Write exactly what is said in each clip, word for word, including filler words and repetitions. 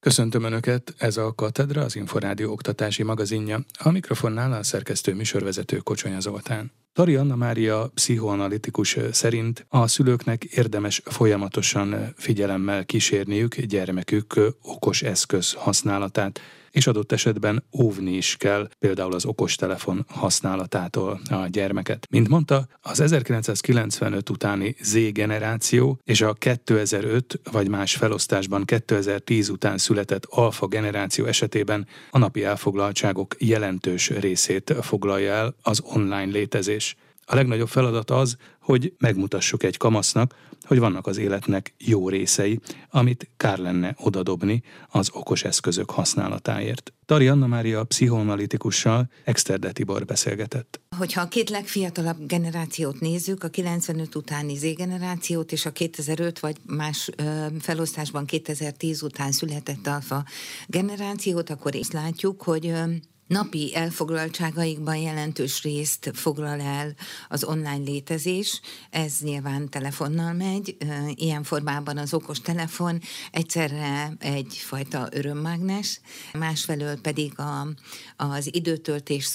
Köszöntöm Önöket, ez a Katedra, az Inforádió oktatási magazinja. A mikrofonnál a szerkesztő műsorvezető Kocsonya Zoltán. Tari Anna Mária pszichoanalitikus szerint a szülőknek érdemes folyamatosan figyelemmel kísérniük gyermekük okos eszköz használatát, és adott esetben óvni is kell például az okostelefon használatától a gyermeket. Mint mondta, az ezerkilencszázkilencvenöt utáni Z-generáció és a kétezer-öt vagy más felosztásban kétezer-tíz után született alfa generáció esetében a napi elfoglaltságok jelentős részét foglalja el az online létezés. A legnagyobb feladat az, hogy megmutassuk egy kamasznak, hogy vannak az életnek jó részei, amit kár lenne odadobni az okos eszközök használatáért. Tari Anna Mária pszichoanalitikussal Exterde Tibor beszélgetett. Hogyha a két legfiatalabb generációt nézzük, a kilencvenöt utáni Z-generációt és a kétezer-öt vagy más ö, felosztásban kétezer-tíz után született alfa generációt, akkor is látjuk, hogy ö, napi elfoglaltságaikban jelentős részt foglal el az online létezés. Ez nyilván telefonnal megy, ilyen formában az okos telefon egyszerre egyfajta örömmágnes, másfelől pedig a, az időtöltés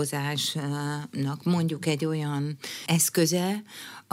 szórakozásnak mondjuk egy olyan eszköze,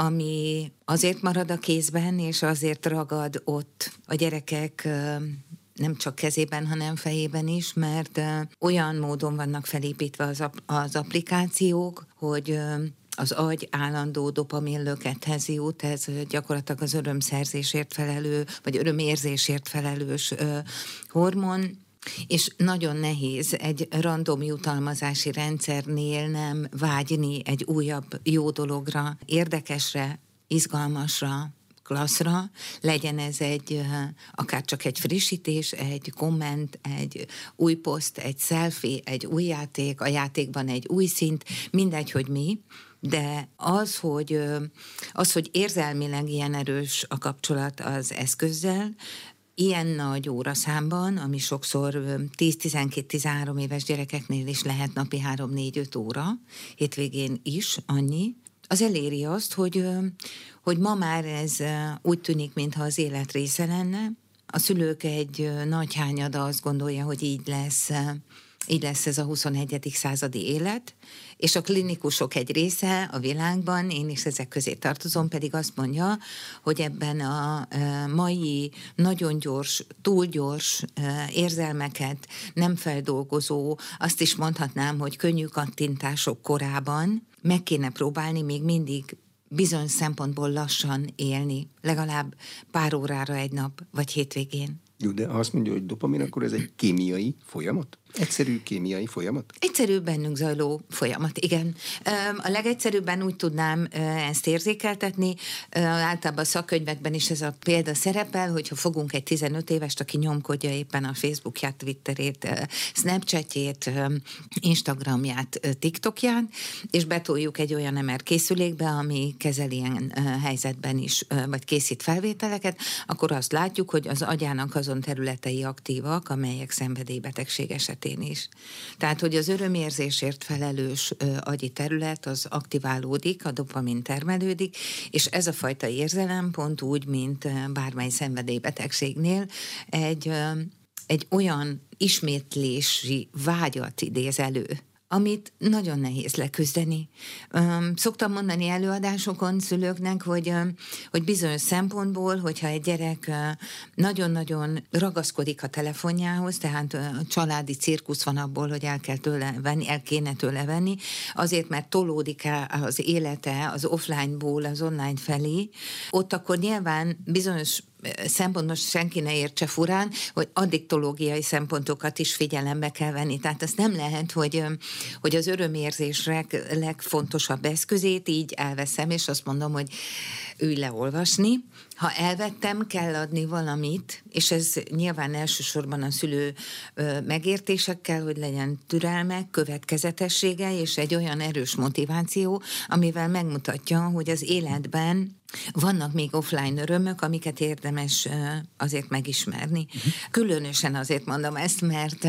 ami azért marad a kézben, és azért ragad ott a gyerekek nem csak kezében, hanem fejében is, mert uh, olyan módon vannak felépítve az, ap- az applikációk, hogy uh, az agy állandó dopaminlökethez jut, ez gyakorlatilag az örömszerzésért felelő, vagy örömérzésért felelős uh, hormon, és nagyon nehéz egy random jutalmazási rendszernél nem vágyni egy újabb jó dologra, érdekesre, izgalmasra, klasszra, legyen ez egy, akár csak egy frissítés, egy komment, egy új poszt, egy selfie, egy új játék, a játékban egy új szint, mindegy, hogy mi, de az, hogy, az, hogy érzelmileg ilyen erős a kapcsolat az eszközzel, ilyen nagy óraszámban, ami sokszor tíz-tizenkét-tizenhárom éves gyerekeknél is lehet napi három-négy-öt óra, hétvégén is annyi, az eléri azt, hogy, hogy ma már ez úgy tűnik, mintha az élet része lenne. A szülők egy nagy hányada azt gondolja, hogy így lesz, így lesz ez a huszonegyedik századi élet, és a klinikusok egy része a világban, én is ezek közé tartozom, pedig azt mondja, hogy ebben a mai nagyon gyors, túl gyors érzelmeket nem feldolgozó, azt is mondhatnám, hogy könnyű kattintások korában meg kéne próbálni még mindig bizony szempontból lassan élni, legalább pár órára egy nap, vagy hétvégén. Jó, de ha azt mondja, hogy dopamin, akkor ez egy kémiai folyamat? Egyszerű kémiai folyamat? Egyszerű bennünk zajló folyamat, igen. A legegyszerűbben úgy tudnám ezt érzékeltetni, általában a szakkönyvekben is ez a példa szerepel, hogyha fogunk egy tizenöt évest, aki nyomkodja éppen a Facebookját, Twitterét, Snapchatjét, Instagramját, TikTokját, és betoljuk egy olyan em er készülékbe, ami kezel ilyen helyzetben is, vagy készít felvételeket, akkor azt látjuk, hogy az agyának azon területei aktívak, amelyek szenvedélybetegség esetén is. Tehát, hogy az örömérzésért felelős ö, agyi terület az aktiválódik, a dopamin termelődik, és ez a fajta érzelem pont úgy, mint ö, bármely szenvedélybetegségnél egy, ö, egy olyan ismétlési vágyat idéz elő, amit nagyon nehéz leküzdeni. Szoktam mondani előadásokon szülőknek, hogy, hogy bizonyos szempontból, hogyha egy gyerek nagyon-nagyon ragaszkodik a telefonjához, tehát a családi cirkusz van abból, hogy el kell tőle venni, el kéne tőle venni, azért, mert tolódik el az élete az offline-ból az online felé, ott akkor nyilván bizonyos szempontból senki ne értse furán, hogy addiktológiai szempontokat is figyelembe kell venni. Tehát azt nem lehet, hogy, hogy az örömérzés leg, legfontosabb eszközét így elveszem, és azt mondom, hogy ülj le olvasni. Ha elvettem, kell adni valamit, és ez nyilván elsősorban a szülő megértésekkel, hogy legyen türelme, következetessége, és egy olyan erős motiváció, amivel megmutatja, hogy az életben vannak még offline örömök, amiket érdemes azért megismerni. Uh-huh. Különösen azért mondom ezt, mert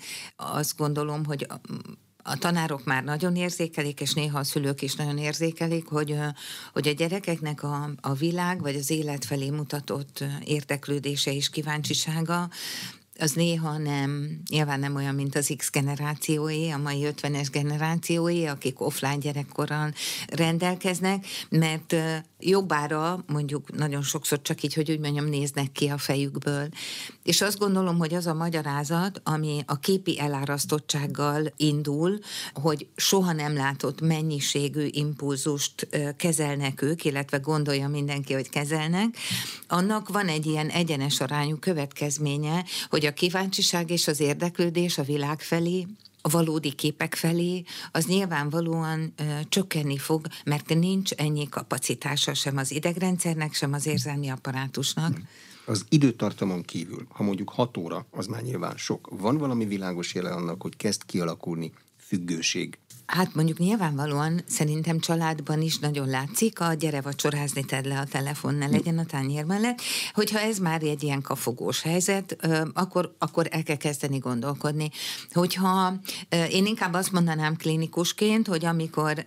azt gondolom, hogy a tanárok már nagyon érzékelik, és néha a szülők is nagyon érzékelik, hogy, hogy a gyerekeknek a, a világ, vagy az élet felé mutatott érdeklődése és kíváncsisága az néha nem, nyilván nem olyan, mint az X generációé, a mai ötvenes generációé, akik offline gyerekkorral rendelkeznek, mert jobbára mondjuk nagyon sokszor csak így, hogy úgy mondjam, néznek ki a fejükből. És azt gondolom, hogy az a magyarázat, ami a képi elárasztottsággal indul, hogy soha nem látott mennyiségű impulzust kezelnek ők, illetve gondolja mindenki, hogy kezelnek, annak van egy ilyen egyenes arányú következménye, hogy a kíváncsiság és az érdeklődés a világ felé, a valódi képek felé, az nyilvánvalóan ö, csökkenni fog, mert nincs ennyi kapacitása sem az idegrendszernek, sem az érzelmi apparátusnak. Az időtartamon kívül, ha mondjuk hat óra, az már nyilván sok. Van valami világos jele annak, hogy kezd kialakulni függőség? Hát mondjuk nyilvánvalóan szerintem családban is nagyon látszik, a gyere vacsorázni, tedd le a telefon, ne legyen a tányér mellett, hogyha ez már egy ilyen kafogós helyzet, akkor, akkor el kell kezdeni gondolkodni. Hogyha én inkább azt mondanám klinikusként, hogy amikor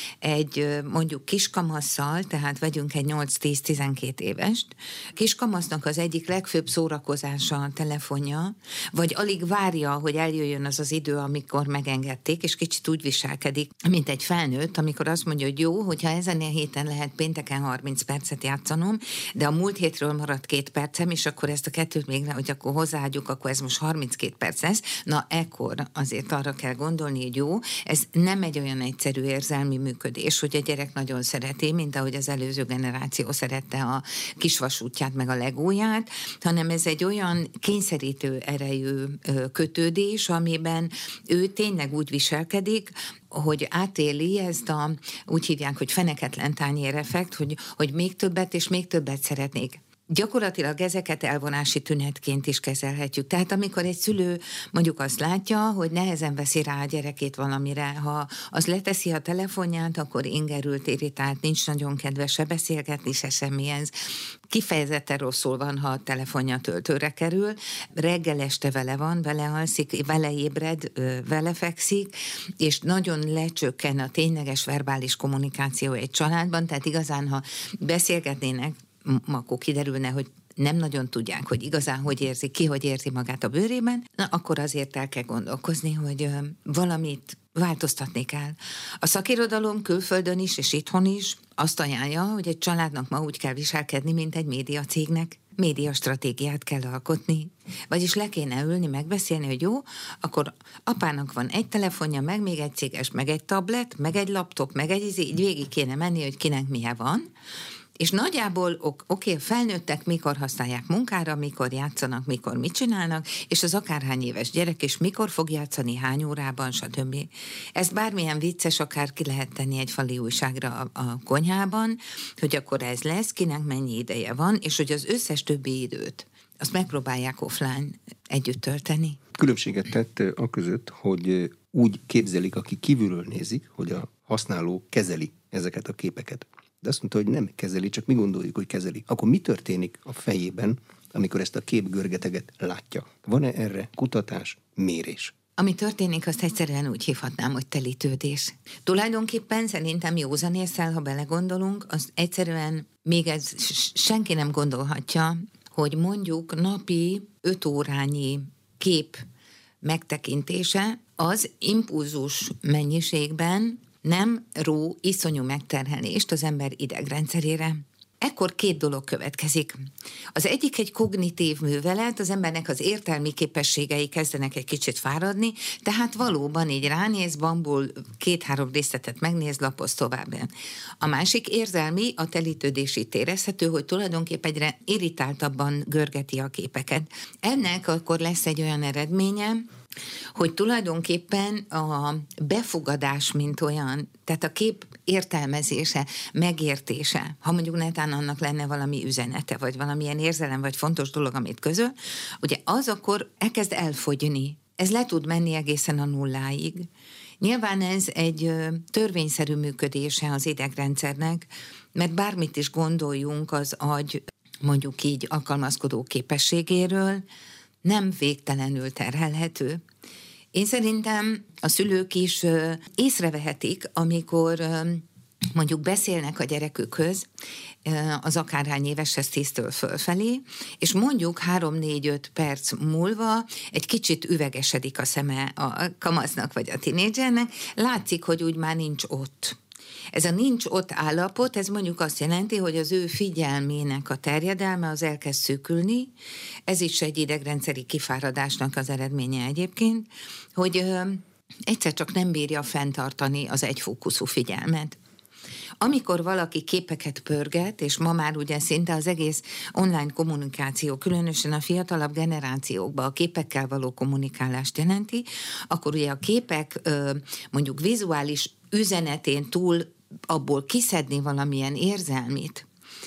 egy mondjuk kiskamasszal, tehát vegyünk egy nyolc-tíz-tizenkét évest, kiskamasznak az egyik legfőbb szórakozása a telefonja, vagy alig várja, hogy eljöjjön az az idő, amikor megengedték, és kicsit úgy viselkedik, mint egy felnőtt, amikor azt mondja, hogy jó, hogyha ezen a héten lehet pénteken harminc percet játszanom, de a múlt hétről maradt két percem, és akkor ezt a kettőt még, hogy akkor hozzáadjuk, akkor ez most harminckét perc lesz. Na, ekkor azért arra kell gondolni, hogy jó, ez nem egy olyan egyszerű érzelmi működés, hogy a gyerek nagyon szereti, mint ahogy az előző generáció szerette a kisvasútját, meg a legóját, hanem ez egy olyan kényszerítő erejű kötődés, amiben ő tényleg úgy viselkedik, hogy átéli ezt a, úgy hívják, hogy feneketlen tányér effekt, hogy, hogy még többet és még többet szeretnék. Gyakorlatilag ezeket elvonási tünetként is kezelhetjük. Tehát amikor egy szülő mondjuk azt látja, hogy nehezen veszi rá a gyerekét valamire, ha az leteszi a telefonját, akkor ingerült, irritált, nincs nagyon kedves se beszélgetni, se semmihez. Kifejezetten rosszul van, ha a telefonja töltőre kerül, reggel este vele van, vele alszik, vele ébred, vele fekszik, és nagyon lecsökken a tényleges verbális kommunikáció egy családban, tehát igazán, ha beszélgetnének, akkor kiderülne, hogy nem nagyon tudják, hogy igazán hogy érzi, ki hogy érzi magát a bőrében, na akkor azért el kell gondolkozni, hogy ö, valamit változtatni kell. A szakirodalom külföldön is és itthon is azt ajánlja, hogy egy családnak ma úgy kell viselkedni, mint egy médiacégnek. Médiastratégiát kell alkotni. Vagyis le kéne ülni, megbeszélni, hogy jó, akkor apának van egy telefonja, meg még egy céges, meg egy tablet, meg egy laptop, meg egy így végig kéne menni, hogy kinek milyen van. És nagyjából, oké, okay, felnőttek mikor használják munkára, mikor játszanak, mikor mit csinálnak, és az akárhány éves gyerek is mikor fog játszani, hány órában, stb. Ez bármilyen vicces, akár ki lehet tenni egy fali újságra a, a konyhában, hogy akkor ez lesz, kinek mennyi ideje van, és hogy az összes többi időt, azt megpróbálják offline együtt tölteni. Különbséget tett a között, hogy úgy képzelik, aki kívülről nézik, hogy a használó kezeli ezeket a képeket. De azt mondta, hogy nem kezeli, csak mi gondoljuk, hogy kezeli. Akkor mi történik a fejében, amikor ezt a képgörgeteget látja? Van-e erre kutatás, mérés? Ami történik, azt egyszerűen úgy hívhatnám, hogy telítődés. Tulajdonképpen szerintem józanésszel, ha belegondolunk, az egyszerűen még ez senki nem gondolhatja, hogy mondjuk napi öt órányi kép megtekintése az impulzus mennyiségben nem ró iszonyú megterhelést az ember idegrendszerére. Ekkor két dolog következik. Az egyik egy kognitív művelet, az embernek az értelmi képességei kezdenek egy kicsit fáradni, tehát valóban így ránéz, bambul, két-három részletet megnéz, lapoz tovább. A másik érzelmi, a telítődés itt érezhető, hogy tulajdonképpen egyre irritáltabban görgeti a képeket. Ennek akkor lesz egy olyan eredménye, hogy tulajdonképpen a befogadás, mint olyan, tehát a kép értelmezése, megértése, ha mondjuk netán annak lenne valami üzenete, vagy valamilyen érzelem, vagy fontos dolog, amit közöl, ugye az akkor elkezd elfogyni. Ez le tud menni egészen a nulláig. Nyilván ez egy törvényszerű működése az idegrendszernek, mert bármit is gondoljunk az agy, mondjuk így alkalmazkodó képességéről, nem végtelenül terhelhető. Én szerintem a szülők is észrevehetik, amikor mondjuk beszélnek a gyerekükhöz, az akárhány éveshez tíztől fölfelé, és mondjuk három-négy-öt perc múlva egy kicsit üvegesedik a szeme a kamasznak vagy a tinédzsernek, látszik, hogy úgy már nincs ott. Ez a nincs ott állapot, ez mondjuk azt jelenti, hogy az ő figyelmének a terjedelme az elkezd szűkülni, ez is egy idegrendszeri kifáradásnak az eredménye egyébként, hogy ö, egyszer csak nem bírja fenntartani az egyfókuszú figyelmet. Amikor valaki képeket pörget, és ma már ugye szinte az egész online kommunikáció, különösen a fiatalabb generációkban a képekkel való kommunikálást jelenti, akkor ugye a képek mondjuk vizuális üzenetén túl abból kiszedni valamilyen érzelmit,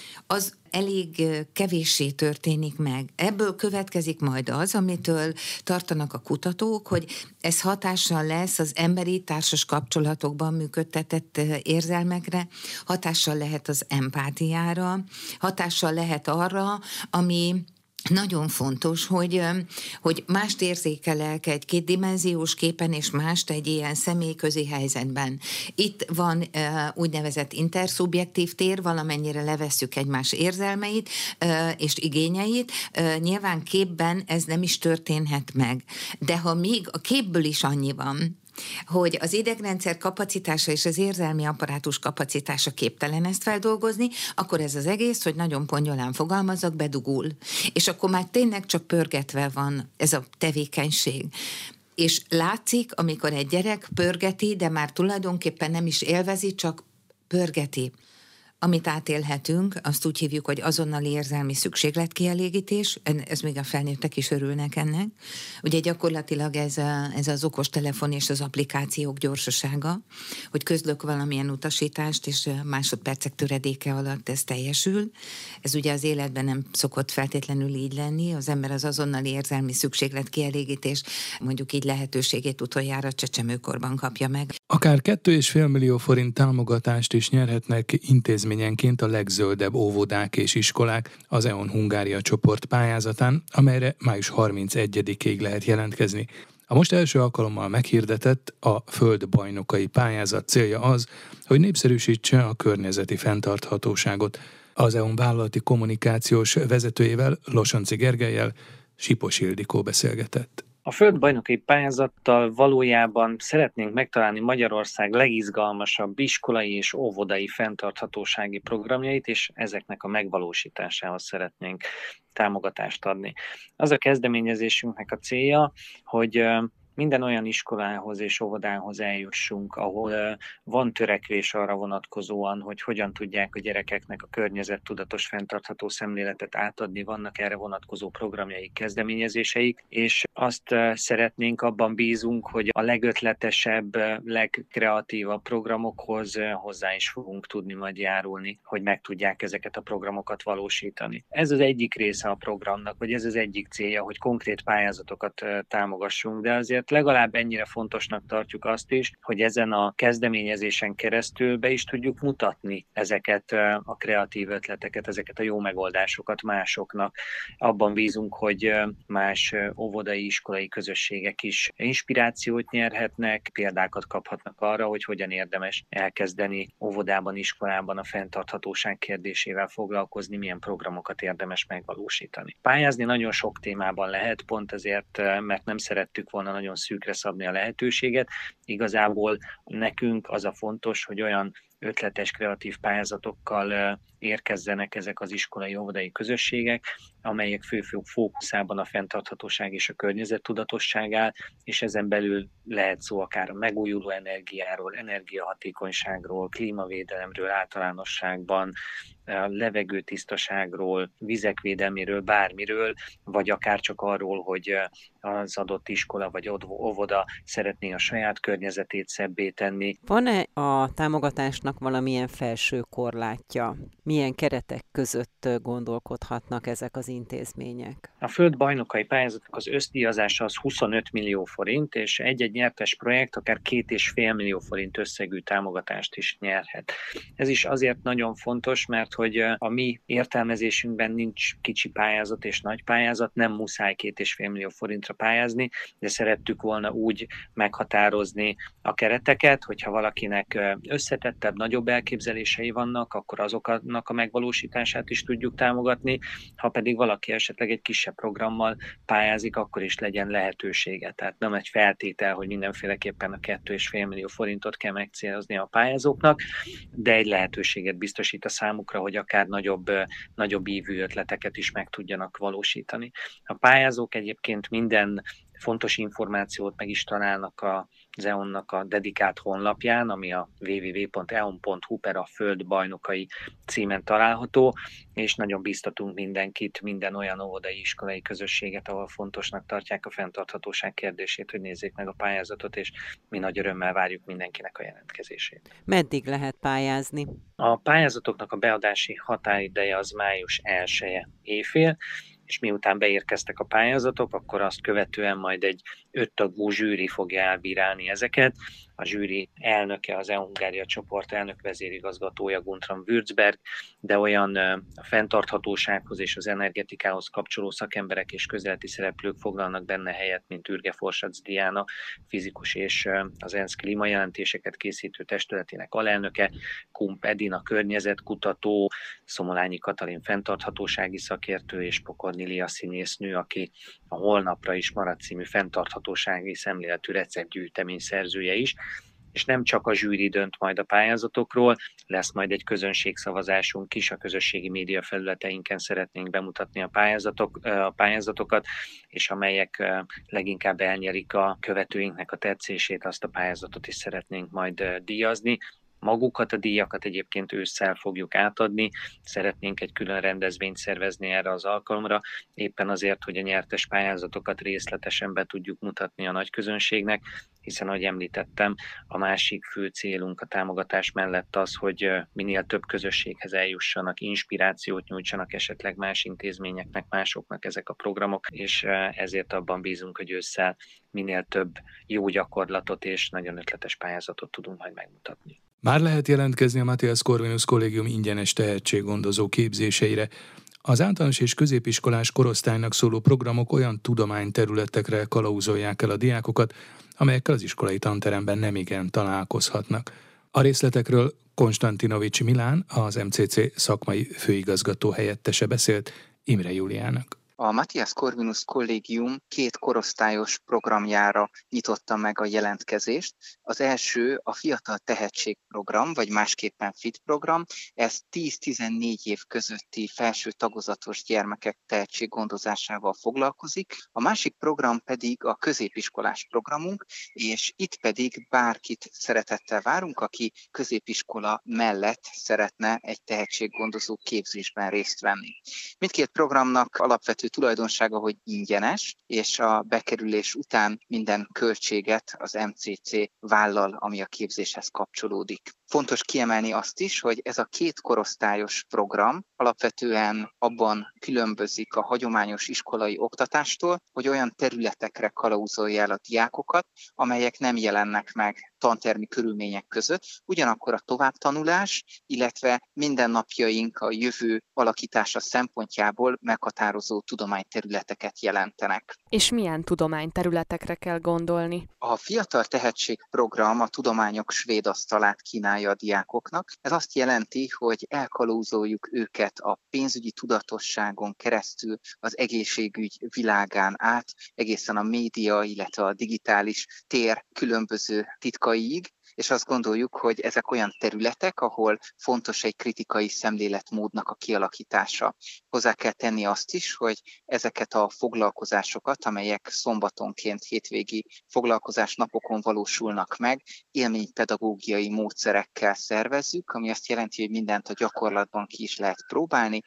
az elég kevéssé történik meg. Ebből következik majd az, amitől tartanak a kutatók, hogy ez hatással lesz az emberi társas kapcsolatokban működtetett érzelmekre, hatással lehet az empátiára, hatással lehet arra, ami nagyon fontos, hogy, hogy mást érzékelek egy kétdimenziós képen, és mást egy ilyen személyközi helyzetben. Itt van uh, úgynevezett interszubjektív tér, valamennyire levesszük egymás érzelmeit uh, és igényeit. Uh, nyilván képben ez nem is történhet meg. De ha még a képből is annyi van, hogy az idegrendszer kapacitása és az érzelmi apparátus kapacitása képtelen ezt feldolgozni, akkor ez az egész, hogy nagyon pongyolán fogalmazok, bedugul. És akkor már tényleg csak pörgetve van ez a tevékenység. És látszik, amikor egy gyerek pörgeti, de már tulajdonképpen nem is élvezi, csak pörgeti. Amit átélhetünk, azt úgy hívjuk, hogy azonnali érzelmi szükségletkielégítés, ez még a felnőttek is örülnek ennek. Ugye gyakorlatilag ez, a, ez az okostelefon és az applikációk gyorsasága, hogy közlök valamilyen utasítást, és másodpercek töredéke alatt ez teljesül. Ez ugye az életben nem szokott feltétlenül így lenni, az ember az azonnali érzelmi szükségletkielégítés mondjuk így lehetőségét utoljára csecsemőkorban kapja meg. Akár két és fél millió forint támogatást is nyerhetnek intézményenként a legzöldebb óvodák és iskolák az e on Hungária csoport pályázatán, amelyre május harmincegyedikéig lehet jelentkezni. A most első alkalommal meghirdetett a Földbajnokai pályázat célja az, hogy népszerűsítse a környezeti fenntarthatóságot. Az e on vállalati kommunikációs vezetőjével, Losonczy Gergellyel Sipos Ildikó beszélgetett. A Földbajnoki pályázattal valójában szeretnénk megtalálni Magyarország legizgalmasabb iskolai és óvodai fenntarthatósági programjait, és ezeknek a megvalósításához szeretnénk támogatást adni. Az a kezdeményezésünknek a célja, hogy minden olyan iskolához és óvodához eljussunk, ahol van törekvés arra vonatkozóan, hogy hogyan tudják a gyerekeknek a környezettudatos fenntartható szemléletet átadni, vannak erre vonatkozó programjaik, kezdeményezéseik, és azt szeretnénk, abban bízunk, hogy a legötletesebb, legkreatívabb programokhoz hozzá is fogunk tudni majd járulni, hogy meg tudják ezeket a programokat valósítani. Ez az egyik része a programnak, vagy ez az egyik célja, hogy konkrét pályázatokat támogassunk, de azért legalább ennyire fontosnak tartjuk azt is, hogy ezen a kezdeményezésen keresztül be is tudjuk mutatni ezeket a kreatív ötleteket, ezeket a jó megoldásokat másoknak. Abban bízunk, hogy más óvodai, iskolai közösségek is inspirációt nyerhetnek, példákat kaphatnak arra, hogy hogyan érdemes elkezdeni óvodában, iskolában a fenntarthatóság kérdésével foglalkozni, milyen programokat érdemes megvalósítani. Pályázni nagyon sok témában lehet, pont ezért, mert nem szerettük volna nagyon szűkre szabni a lehetőséget. Igazából nekünk az a fontos, hogy olyan ötletes, kreatív pályázatokkal érkezzenek ezek az iskolai, óvodai közösségek, amelyek fő fókuszában a fenntarthatóság és a környezettudatosság áll, és ezen belül lehet szó akár a megújuló energiáról, energiahatékonyságról, klímavédelemről általánosságban, levegőtisztaságról, vizek védelméről, bármiről, vagy akár csak arról, hogy az adott iskola vagy óvoda szeretné a saját környezetét szebbé tenni. Van-e a támogatásnak valamilyen felső korlátja? Milyen keretek között gondolkodhatnak ezek az intézmények? A földbajnokai pályázatok az összdíjazása az huszonöt millió forint, és egy-egy nyertes projekt akár két és fél millió forint összegű támogatást is nyerhet. Ez is azért nagyon fontos, mert hogy a mi értelmezésünkben nincs kicsi pályázat és nagy pályázat, nem muszáj két és fél millió forintra pályázni, de szerettük volna úgy meghatározni a kereteket, hogyha valakinek összetettebb, nagyobb elképzelései vannak, akkor azoknak a megvalósítását is tudjuk támogatni, ha pedig valaki esetleg egy kisebb programmal pályázik, akkor is legyen lehetősége. Tehát nem egy feltétel, hogy mindenféleképpen a két és fél millió forintot kell megcélozni a pályázóknak, de egy lehetőséget biztosít a számukra, hogy akár nagyobb, nagyobb ívű ötleteket is meg tudjanak valósítani. A pályázók egyébként minden fontos információt meg is találnak az é o en-nak a dedikált honlapján, ami a double-u double-u double-u pont e o n pont hu per a földbajnokai címen található, és nagyon biztatunk mindenkit, minden olyan óvodai iskolai közösséget, ahol fontosnak tartják a fenntarthatóság kérdését, hogy nézzék meg a pályázatot, és mi nagy örömmel várjuk mindenkinek a jelentkezését. Meddig lehet pályázni? A pályázatoknak a beadási határideje az május elseje éjfél, és miután beérkeztek a pályázatok, akkor azt követően majd egy öttagú zsűri fogja elbírálni ezeket. A zsűri elnöke az é u Hungária csoport elnök vezérigazgatója Guntram Würzberg, de olyan a fenntarthatósághoz és az energetikához kapcsoló szakemberek és közéleti szereplők foglalnak benne helyet, mint Ürge Forsac Diana, fizikus és az ENSZ klímajelentéseket készítő testületének alelnöke, Kump Edina környezetkutató, Szomolányi Katalin fenntarthatósági szakértő és Pokornilia színésznő, aki a Holnapra is marad című fenntarthatósági szemléletű receptgyűjtemény szerzője is. És nem csak a zsűri dönt majd a pályázatokról, lesz majd egy közönségszavazásunk is, a közösségi média felületeinken szeretnénk bemutatni a, pályázatok, a pályázatokat, és amelyek leginkább elnyerik a követőinknek a tetszését, azt a pályázatot is szeretnénk majd díjazni. Magukat a díjakat egyébként ősszel fogjuk átadni, szeretnénk egy külön rendezvényt szervezni erre az alkalomra, éppen azért, hogy a nyertes pályázatokat részletesen be tudjuk mutatni a nagyközönségnek, hiszen, ahogy említettem, a másik fő célunk a támogatás mellett az, hogy minél több közösséghez eljussanak, inspirációt nyújtsanak esetleg más intézményeknek, másoknak ezek a programok, és ezért abban bízunk, hogy ősszel minél több jó gyakorlatot és nagyon ötletes pályázatot tudunk majd megmutatni. Már lehet jelentkezni a Matthias Corvinus Kollégium ingyenes tehetséggondozó képzéseire. Az általános és középiskolás korosztálynak szóló programok olyan tudományterületekre kalauzolják el a diákokat, amelyekkel az iskolai tanteremben nemigen találkozhatnak. A részletekről Konstantinovics Milán, az em cé cé szakmai főigazgató helyettese beszélt Imre Júliának. A Matthias Corvinus Kollégium két korosztályos programjára nyitotta meg a jelentkezést. Az első a Fiatal Tehetség Program, vagy másképpen FIT program. Ez tíz-tizennégy év közötti felső tagozatos gyermekek tehetséggondozásával foglalkozik. A másik program pedig a középiskolás programunk, és itt pedig bárkit szeretettel várunk, aki középiskola mellett szeretne egy tehetséggondozó képzésben részt venni. Mindkét programnak alapvető tulajdonsága, hogy ingyenes, és a bekerülés után minden költséget az em cé cé vállal, ami a képzéshez kapcsolódik. Fontos kiemelni azt is, hogy ez a két korosztályos program alapvetően abban különbözik a hagyományos iskolai oktatástól, hogy olyan területekre kalauzolja el a diákokat, amelyek nem jelennek meg tantermi körülmények között, ugyanakkor a továbbtanulás, illetve mindennapjaink a jövő alakítása szempontjából meghatározó tudományterületeket jelentenek. És milyen tudományterületekre kell gondolni? A Fiatal Tehetség Program a tudományok svéd asztalát kínálja a diákoknak. Ez azt jelenti, hogy elkalauzoljuk őket a pénzügyi tudatosságon keresztül az egészségügy világán át, egészen a média, illetve a digitális tér különböző titkaiig, és azt gondoljuk, hogy ezek olyan területek, ahol fontos egy kritikai szemléletmódnak a kialakítása. Hozzá kell tenni azt is, hogy ezeket a foglalkozásokat, amelyek szombatonként hétvégi foglalkozásnapokon valósulnak meg, élménypedagógiai módszerekkel szervezzük, ami azt jelenti, hogy mindent a gyakorlatban ki is lehet próbálni.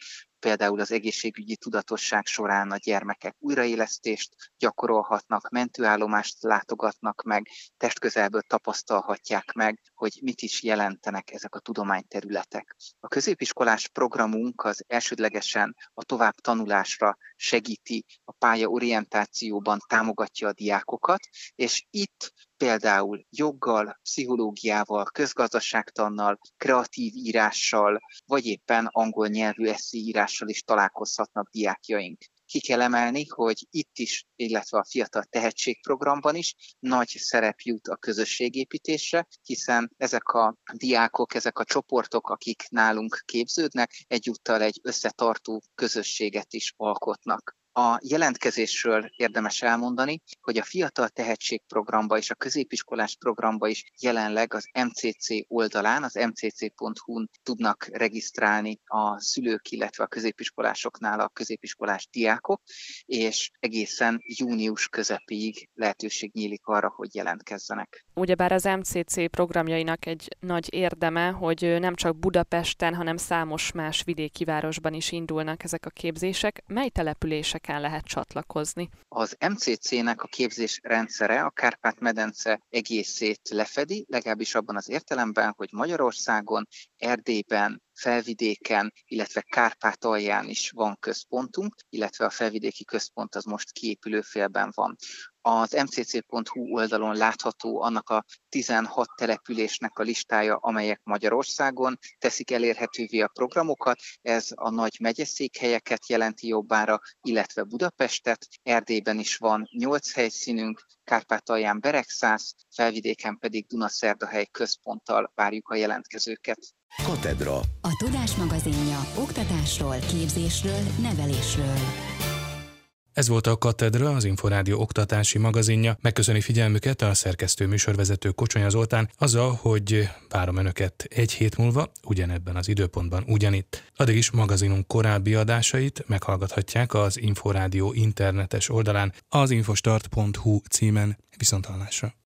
például az egészségügyi tudatosság során a gyermekek újraélesztést gyakorolhatnak, mentőállomást látogatnak meg, testközelből tapasztalhatják meg, hogy mit is jelentenek ezek a tudományterületek. A középiskolás programunk az elsődlegesen a továbbtanulásra segíti, a pályaorientációban támogatja a diákokat, és itt például joggal, pszichológiával, közgazdaságtannal, kreatív írással, vagy éppen angol nyelvű esszéírással is találkozhatnak diákjaink. Ki kell emelni, hogy itt is, illetve a Fiatal Tehetség programban is nagy szerep jut a közösségépítésre, hiszen ezek a diákok, ezek a csoportok, akik nálunk képződnek, egyúttal egy összetartó közösséget is alkotnak. A jelentkezésről érdemes elmondani, hogy a Fiatal Tehetség programba és a középiskolás programba is jelenleg az em cé cé oldalán, az em cé cé pont hu-n tudnak regisztrálni a szülők, illetve a középiskolásoknál a középiskolás diákok, és egészen június közepéig lehetőség nyílik arra, hogy jelentkezzenek. Ugyebár az em cé cé programjainak egy nagy érdeme, hogy nem csak Budapesten, hanem számos más vidéki városban is indulnak ezek a képzések. Mely települések lehet csatlakozni? Az em cé cé-nek a képzés rendszere a Kárpát-medence egészét lefedi, legalábbis abban az értelemben, hogy Magyarországon, Erdélyben, Felvidéken, illetve Kárpátalján is van központunk, illetve a felvidéki központ az most kiépülő félben van. Az em cé cé pont hu oldalon látható annak a tizenhat településnek a listája, amelyek Magyarországon teszik elérhetővé a programokat. Ez a nagy megyeszékhelyeket jelenti jobbára, illetve Budapestet. Erdélyben is van nyolc helyszínünk, Kárpátalján Beregszász, Felvidéken pedig Dunaszerdahely központtal várjuk a jelentkezőket. Katedra. A Tudás magazinja oktatásról, képzésről, nevelésről. Ez volt a Katedra, az Inforádió oktatási magazinja. Megköszöni figyelmüket a szerkesztő műsorvezető Kocsonya Zoltán azzal, hogy várom Önöket egy hét múlva, ugyanebben az időpontban ugyanitt. Addig is magazinunk korábbi adásait meghallgathatják az Inforádió internetes oldalán, az infostart pont hu címen. Viszonthallásra.